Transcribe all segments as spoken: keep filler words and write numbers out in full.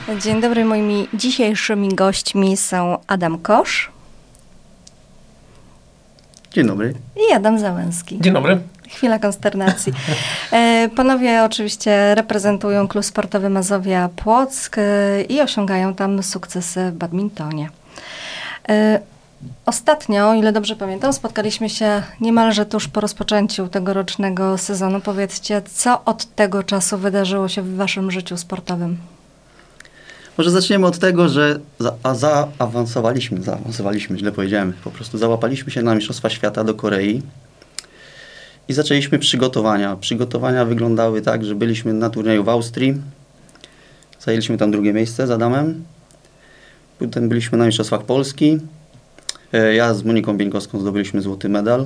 Dzień dobry, moimi dzisiejszymi gośćmi są Adam Kosz. Dzień dobry. I Adam Załęski. Dzień dobry. Chwila konsternacji. Panowie oczywiście reprezentują klub sportowy Mazowia Płock i osiągają tam sukcesy w badmintonie. Ostatnio, o ile dobrze pamiętam, spotkaliśmy się niemalże tuż po rozpoczęciu tegorocznego sezonu. Powiedzcie, co od tego czasu wydarzyło się w waszym życiu sportowym? Może zaczniemy od tego, że za, a zaawansowaliśmy, zaawansowaliśmy, źle powiedziałem, po prostu załapaliśmy się na Mistrzostwa Świata do Korei i zaczęliśmy przygotowania. Przygotowania wyglądały tak, że byliśmy na turnieju w Austrii, zajęliśmy tam drugie miejsce z Adamem, potem byliśmy na Mistrzostwach Polski, ja z Moniką Bieńkowską zdobyliśmy złoty medal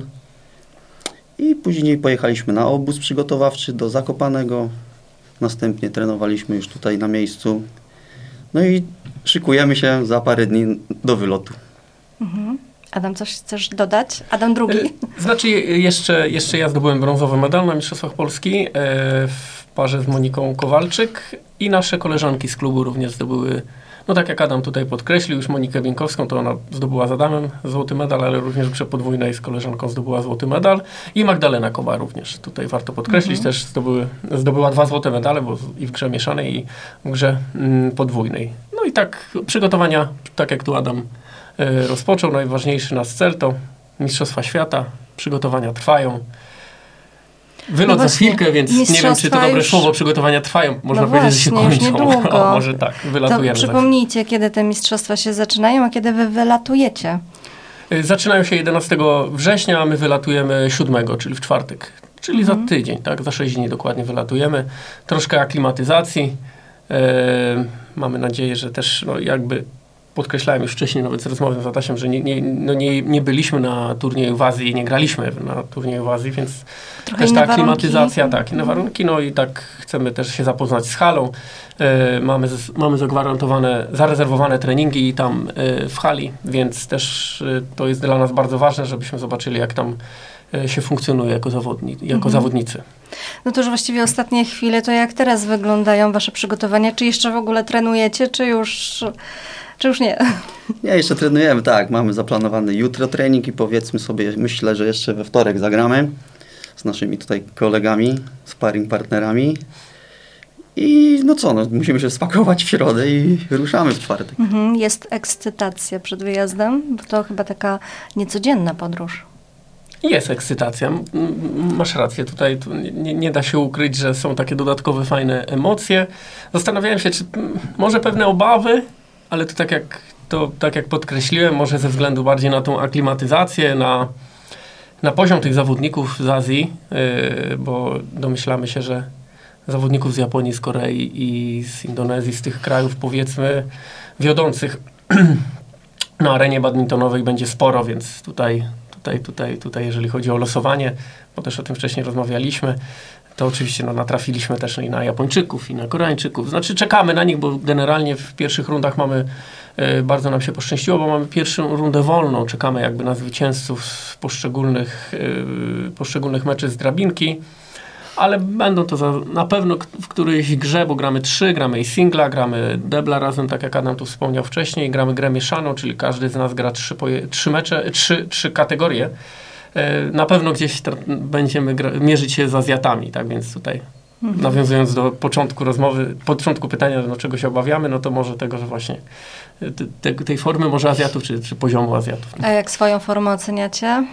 i później pojechaliśmy na obóz przygotowawczy do Zakopanego, następnie trenowaliśmy już tutaj na miejscu. No i szykujemy się za parę dni do wylotu. Mhm. Adam, coś chcesz dodać? Adam drugi. Znaczy jeszcze, jeszcze ja zdobyłem brązowy medal na Mistrzostwach Polski w parze z Moniką Kowalczyk i nasze koleżanki z klubu również zdobyły, no tak jak Adam tutaj podkreślił, już Monikę Bieńkowską, to ona zdobyła z Adamem złoty medal, ale również przy podwójnej z koleżanką zdobyła złoty medal i Magdalena Koba również. Tutaj warto podkreślić, mhm. też zdobyły, zdobyła dwa złote medale, bo i w grze mieszanej i w grze mm, podwójnej. No i tak przygotowania, tak jak tu Adam y, rozpoczął, najważniejszy nasz cel to Mistrzostwa Świata, przygotowania trwają. Wylot no za chwilkę, więc nie wiem, czy to dobre już... słowo, przygotowania trwają. Można no powiedzieć, że się kończą. Już niedługo. O, może tak, wylatujemy. To przypomnijcie, kiedy te mistrzostwa się zaczynają, a kiedy wy wylatujecie? Zaczynają się jedenastego września, a my wylatujemy siódmego, czyli w czwartek. Czyli mhm. za tydzień, tak? Za sześć dni dokładnie wylatujemy. Troszkę aklimatyzacji. E, mamy nadzieję, że też no, jakby podkreślałem już wcześniej, nawet z rozmową z Adasiem, że nie, nie, no nie, nie byliśmy na turnieju w Azji i nie graliśmy na turnieju w Azji, więc trochę też ta warunki. aklimatyzacja, tak, inne warunki, no i tak chcemy też się zapoznać z halą. E, mamy, z, mamy zagwarantowane, zarezerwowane treningi i tam e, w hali, więc też e, to jest dla nas bardzo ważne, żebyśmy zobaczyli, jak tam e, się funkcjonuje jako, zawodni, jako mhm. zawodnicy. No to już właściwie ostatnie chwile, to jak teraz wyglądają wasze przygotowania? Czy jeszcze w ogóle trenujecie, czy już... Czy już nie? Nie, jeszcze trenujemy, tak. Mamy zaplanowany jutro trening i powiedzmy sobie, myślę, że jeszcze we wtorek zagramy z naszymi tutaj kolegami, sparring partnerami. I no co, no, musimy się spakować w środę i ruszamy w czwartek. Mhm, jest ekscytacja przed wyjazdem, bo to chyba taka niecodzienna podróż. Jest ekscytacja. Masz rację. Tutaj tu nie, nie da się ukryć, że są takie dodatkowe, fajne emocje. Zastanawiałem się, czy może pewne obawy, ale to tak jak, to tak jak podkreśliłem, może ze względu bardziej na tą aklimatyzację, na, na poziom tych zawodników z Azji, yy, bo domyślamy się, że zawodników z Japonii, z Korei i z Indonezji, z tych krajów powiedzmy wiodących na arenie badmintonowej będzie sporo, więc tutaj, tutaj, tutaj, tutaj jeżeli chodzi o losowanie, bo też o tym wcześniej rozmawialiśmy, to oczywiście no, natrafiliśmy też i na Japończyków, i na Koreańczyków. Znaczy czekamy na nich, bo generalnie w pierwszych rundach mamy, e, bardzo nam się poszczęściło, bo mamy pierwszą rundę wolną. Czekamy jakby na zwycięzców z poszczególnych, e, poszczególnych meczy z drabinki, ale będą to za, na pewno w którejś grze, bo gramy trzy, gramy i singla, gramy debla razem, tak jak Adam tu wspomniał wcześniej, gramy grę mieszaną, czyli każdy z nas gra trzy, poje, trzy mecze, trzy, trzy kategorie. Na pewno gdzieś będziemy gra- mierzyć się z Azjatami, tak więc tutaj mhm. nawiązując do początku rozmowy, początku pytania, no czego się obawiamy, no to może tego, że właśnie te, tej formy może Azjatów, czy, czy poziomu Azjatów. A jak swoją formę oceniacie?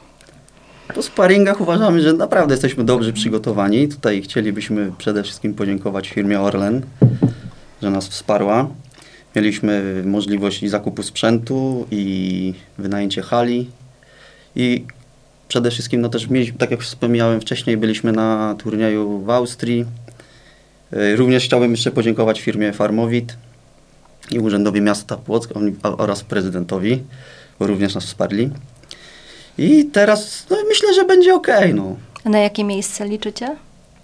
Po sparingach uważamy, że naprawdę jesteśmy dobrze przygotowani. Tutaj chcielibyśmy przede wszystkim podziękować firmie Orlen, że nas wsparła. Mieliśmy możliwość i zakupu sprzętu, i wynajęcie hali, i przede wszystkim, no też mieliśmy, tak jak wspomniałem wcześniej, byliśmy na turnieju w Austrii. Również chciałbym jeszcze podziękować firmie Farmowit i Urzędowi Miasta Płock oraz prezydentowi, bo również nas wsparli. I teraz no, myślę, że będzie okej. Okay, no. A na jakie miejsce liczycie?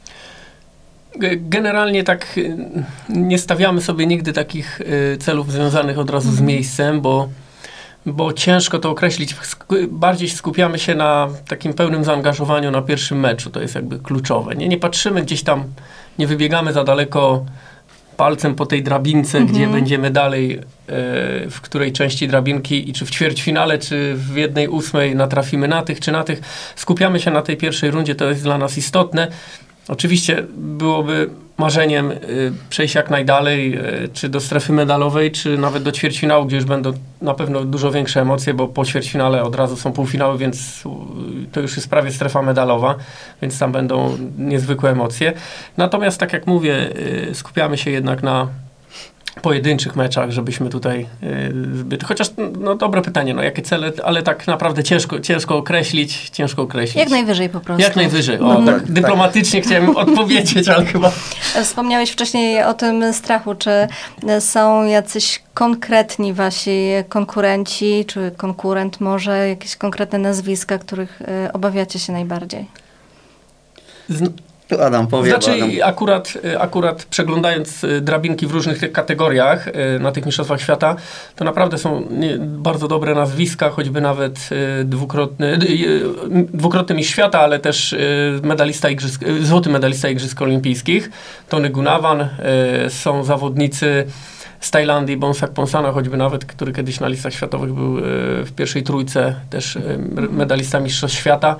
Generalnie tak nie stawiamy sobie nigdy takich celów związanych od razu z miejscem, bo bo ciężko to określić. Bardziej skupiamy się na takim pełnym zaangażowaniu na pierwszym meczu. To jest jakby kluczowe. Nie, nie patrzymy gdzieś tam, nie wybiegamy za daleko palcem po tej drabince, Mhm. gdzie będziemy dalej, e, w której części drabinki i czy w ćwierćfinale, czy w jednej ósmej natrafimy na tych, czy na tych. Skupiamy się na tej pierwszej rundzie, to jest dla nas istotne. Oczywiście byłoby marzeniem y, przejść jak najdalej, y, czy do strefy medalowej, czy nawet do ćwierćfinału, gdzie już będą na pewno dużo większe emocje, bo po ćwierćfinale od razu są półfinały, więc y, to już jest prawie strefa medalowa, więc tam będą niezwykłe emocje. Natomiast tak jak mówię, y, skupiamy się jednak na pojedynczych meczach, żebyśmy tutaj y, zbyt... Chociaż, no dobre pytanie, no jakie cele, ale tak naprawdę ciężko, ciężko określić, ciężko określić. Jak najwyżej po prostu. Jak najwyżej. O, No, tak tak, dyplomatycznie chciałem odpowiedzieć, ale chyba... Wspomniałeś wcześniej o tym strachu. Czy są jacyś konkretni wasi konkurenci, czy konkurent może, jakieś konkretne nazwiska, których y, obawiacie się najbardziej? Z... Adam powie, Znaczy, Adam. akurat, akurat przeglądając drabinki w różnych tych kategoriach na tych mistrzostwach świata, to naprawdę są nie, bardzo dobre nazwiska, choćby nawet dwukrotny, dwukrotny mistrz świata, ale też medalista igrzysk, złoty medalista Igrzysk Olimpijskich, Tony Gunawan. Są zawodnicy z Tajlandii, Bonsak Ponsana, choćby nawet, który kiedyś na listach światowych był w pierwszej trójce, też medalista mistrzostw świata.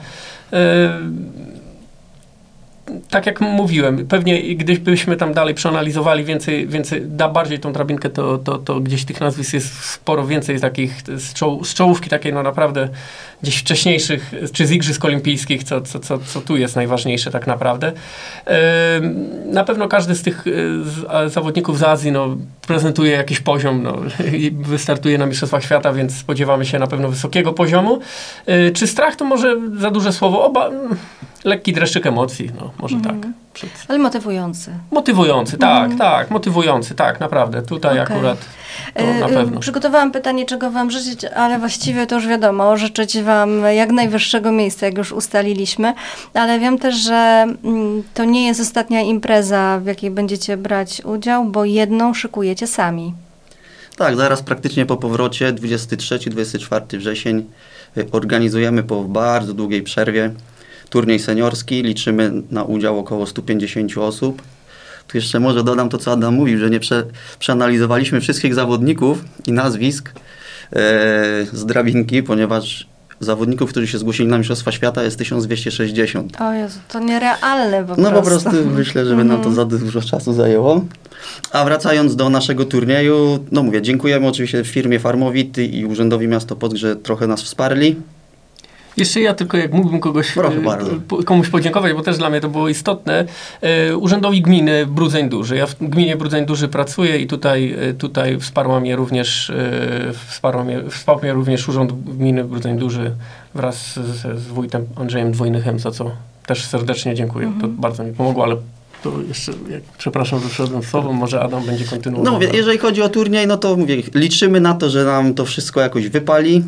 Tak jak mówiłem, pewnie gdybyśmy tam dalej przeanalizowali więcej, więcej da bardziej tą drabinkę, to, to, to gdzieś tych nazwisk jest sporo więcej takich z, czoł, z czołówki takiej no naprawdę gdzieś wcześniejszych, czy z Igrzysk Olimpijskich, co, co, co, co tu jest najważniejsze tak naprawdę. Yy, na pewno każdy z tych z, zawodników z Azji no, prezentuje jakiś poziom, no, i wystartuje na Mistrzostwach Świata, więc spodziewamy się na pewno wysokiego poziomu. Yy, czy strach to może za duże słowo? Oba... Lekki dreszczyk emocji, no może Mhm. tak. Przed... Ale motywujący. Motywujący, tak, Mhm. tak, motywujący, tak, naprawdę. Tutaj Okej. akurat to na Y, y, pewno. Przygotowałam pytanie, czego wam życzyć, ale właściwie to już wiadomo, życzyć wam jak najwyższego miejsca, jak już ustaliliśmy, ale wiem też, że mm, to nie jest ostatnia impreza, w jakiej będziecie brać udział, bo jedną szykujecie sami. Tak, zaraz praktycznie po powrocie, dwudziestego trzeciego dwudziestego czwartego wrzesień, y, organizujemy po bardzo długiej przerwie turniej seniorski. Liczymy na udział około stu pięćdziesięciu osób. Tu jeszcze może dodam to, co Adam mówił, że nie prze, przeanalizowaliśmy wszystkich zawodników i nazwisk e, z drabinki, ponieważ zawodników, którzy się zgłosili na Mistrzostwa Świata jest tysiąc dwieście sześćdziesiąt. O Jezu, to nierealne po No prostu. po prostu myślę, żeby nam to za dużo czasu zajęło. A wracając do naszego turnieju, no mówię, dziękujemy oczywiście firmie Farmowity i Urzędowi Miasto Płock, że trochę nas wsparli. Jeszcze ja tylko, jak mógłbym kogoś, Proszę e, bardzo. po- komuś podziękować, bo też dla mnie to było istotne. E, Urzędowi Gminy Brudzeń Duży. Ja w gminie Brudzeń Duży pracuję i tutaj, e, tutaj wsparła mnie również, e, wsparła mnie, wsparł mnie również Urząd Gminy Brudzeń Duży wraz z, z wójtem Andrzejem Dwojnychem, za co też serdecznie dziękuję. Mhm. To bardzo mi pomogło, ale to jeszcze, jak, przepraszam, że wszedłem słowem, może Adam będzie kontynuował. No mówię, jeżeli chodzi o turniej, no to mówię, liczymy na to, że nam to wszystko jakoś wypali.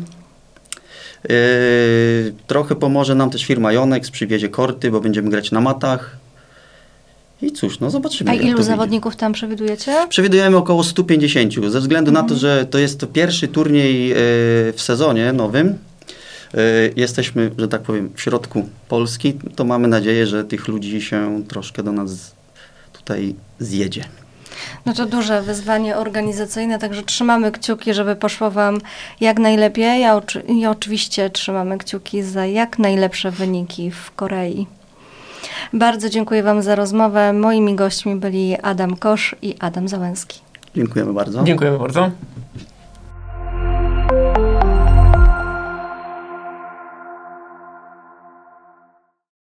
Yy, trochę pomoże nam też firma Yonex, przywiezie korty, bo będziemy grać na matach. I cóż, no zobaczymy. A jak to ilu wyjdzie. zawodników tam przewidujecie? Przewidujemy około stu pięćdziesięciu, ze względu na to, że to jest to pierwszy turniej yy, w sezonie nowym. Yy, jesteśmy, że tak powiem, w środku Polski, to mamy nadzieję, że tych ludzi się troszkę do nas tutaj zjedzie. No to duże wyzwanie organizacyjne, także trzymamy kciuki, żeby poszło wam jak najlepiej, a oczy- i oczywiście trzymamy kciuki za jak najlepsze wyniki w Korei. Bardzo dziękuję wam za rozmowę. Moimi gośćmi byli Adam Kosz i Adam Załęski. Dziękujemy bardzo. Dziękujemy bardzo.